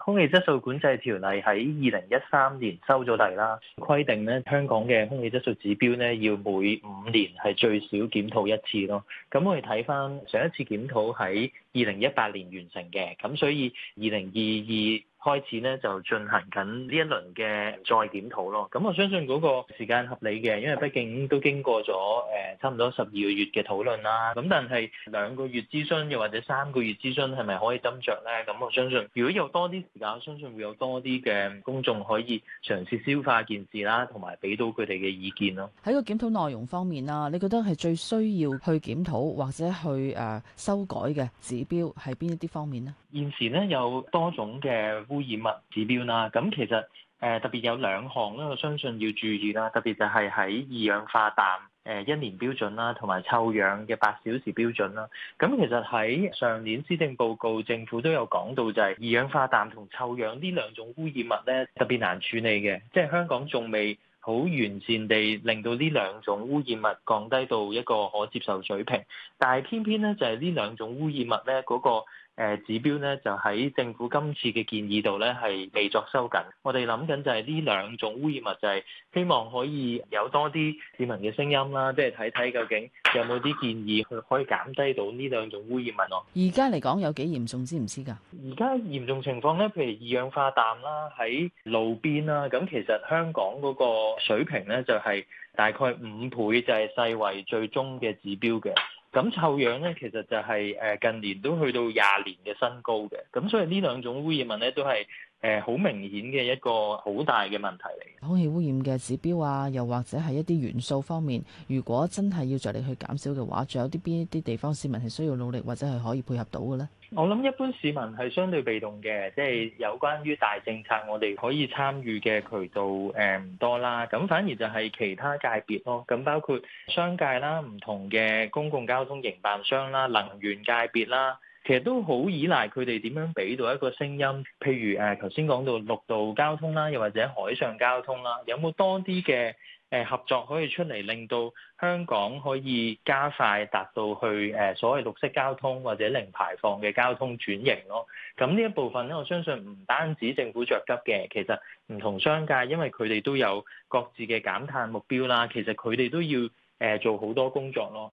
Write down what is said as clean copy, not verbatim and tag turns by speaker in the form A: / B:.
A: 空氣質素管制條例喺2013年修咗例啦，規定咧香港嘅空氣質素指標咧要每5年係最少檢討一次咯。咁我哋睇翻上一次檢討喺2018年完成嘅，咁所以2022開始咧就進行緊呢一輪嘅再檢討咯。咁我相信嗰個時間合理嘅，因為畢竟都經過咗差唔多12個月嘅討論啦。咁但係2個月諮詢又或者3個月諮詢係咪可以斟酌咧？咁我相信如果有多啲時間，我相信會有多啲嘅公眾可以嘗試消化件事啦，同埋俾到佢哋嘅意見咯。
B: 喺個檢討內容方面啦，你覺得係最需要去檢討或者去修改嘅指標係邊一啲方面呢？
A: 現時咧有多種嘅污染物指標啦，咁其實特別有2項咧，我相信要注意啦。特別就係喺二氧化氮1年標準啦，同埋臭氧嘅8小時標準啦。咁其實喺上年施政報告，政府都有講到，就係二氧化氮同臭氧呢2種污染物咧特別難處理嘅，即係香港仲未好完善地令到呢2種污染物降低到一個可接受水平，但係偏偏咧就係呢2種污染物咧嗰個指標咧就喺政府今次嘅建議度咧係未作收緊。我哋諗緊就係呢2種污染物就係希望可以有多啲市民嘅聲音啦，即係睇睇究竟有冇啲建議去可以減低到呢2種污染物咯。
B: 而家嚟講有幾嚴重，知唔知㗎？
A: 而家嚴重情況咧，譬如二氧化氮啦，喺路邊啦，咁其實香港嗰個水平咧就係大概5倍，就係世衛最終嘅指標嘅。咁臭氧咧，其實就係近年都去到20年嘅新高嘅。咁所以呢2種污染物咧，都係好明顯嘅一個好大嘅問題嚟。
B: 空氣污染嘅指標啊，又或者係一啲元素方面，如果真係要着力去減少嘅話，仲有邊一啲地方市民係需要努力或者係可以配合到嘅咧？
A: 我諗一般市民係相對被動嘅，即係有關於大政策，我哋可以參與嘅渠道唔多啦。咁反而就係其他界別咯。咁包括商界啦、唔同嘅公共交通營辦商啦、能源界別啦，其實都好依賴佢哋點樣俾到一個聲音。譬如頭先講到陸道交通啦，又或者海上交通啦，有冇多啲嘅合作可以出嚟，令到香港可以加快達到去所謂綠色交通或者零排放嘅交通轉型咯。咁呢一部分咧，我相信唔單止政府着急嘅，其實唔同商界，因為佢哋都有各自嘅減碳目標啦，其實佢哋都要做好多工作咯。